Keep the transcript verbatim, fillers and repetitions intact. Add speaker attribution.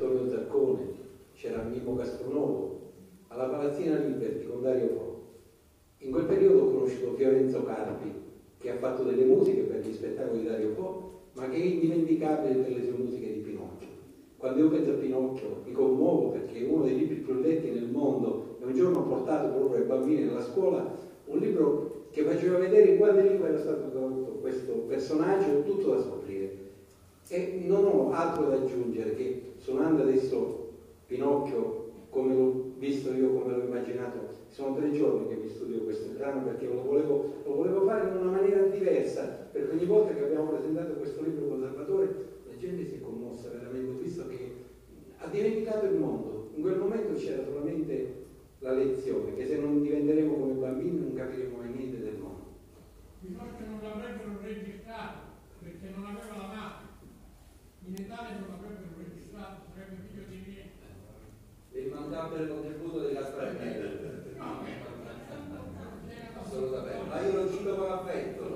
Speaker 1: Antonio Zaccone, c'era Mimmo Castronovo, alla Palazzina Liberty con Dario Fo. In quel periodo ho conosciuto Fiorenzo Carpi, che ha fatto delle musiche per gli spettacoli di Dario Fo, ma che è indimenticabile per le sue musiche di Pinocchio. Quando io penso a Pinocchio mi commuovo perché è uno dei libri più letti nel mondo, e un giorno ho portato proprio ai bambini nella scuola un libro che faceva vedere in quale lingua era stato tradotto questo personaggio, tutto da scoprire. E non ho altro da aggiungere che, suonando adesso Pinocchio come l'ho visto io, come l'ho immaginato, sono tre giorni che mi studio questo brano perché lo volevo, lo volevo fare in una maniera diversa, perché ogni volta che abbiamo presentato questo libro con Salvatore la gente si è commossa veramente, ho visto che ha dimenticato il mondo. In quel momento c'era solamente la lezione, che se non diventeremo come bambini non capiremo mai niente del mondo.
Speaker 2: Pinocchio non l'avrebbero registrato perché non aveva la madre. In Italia non l'avrebbero registrato, sarebbe figlio di niente.
Speaker 3: L'immancabile contributo di Gasparinelli.
Speaker 2: No,
Speaker 3: assolutamente, ma io lo cito con affetto.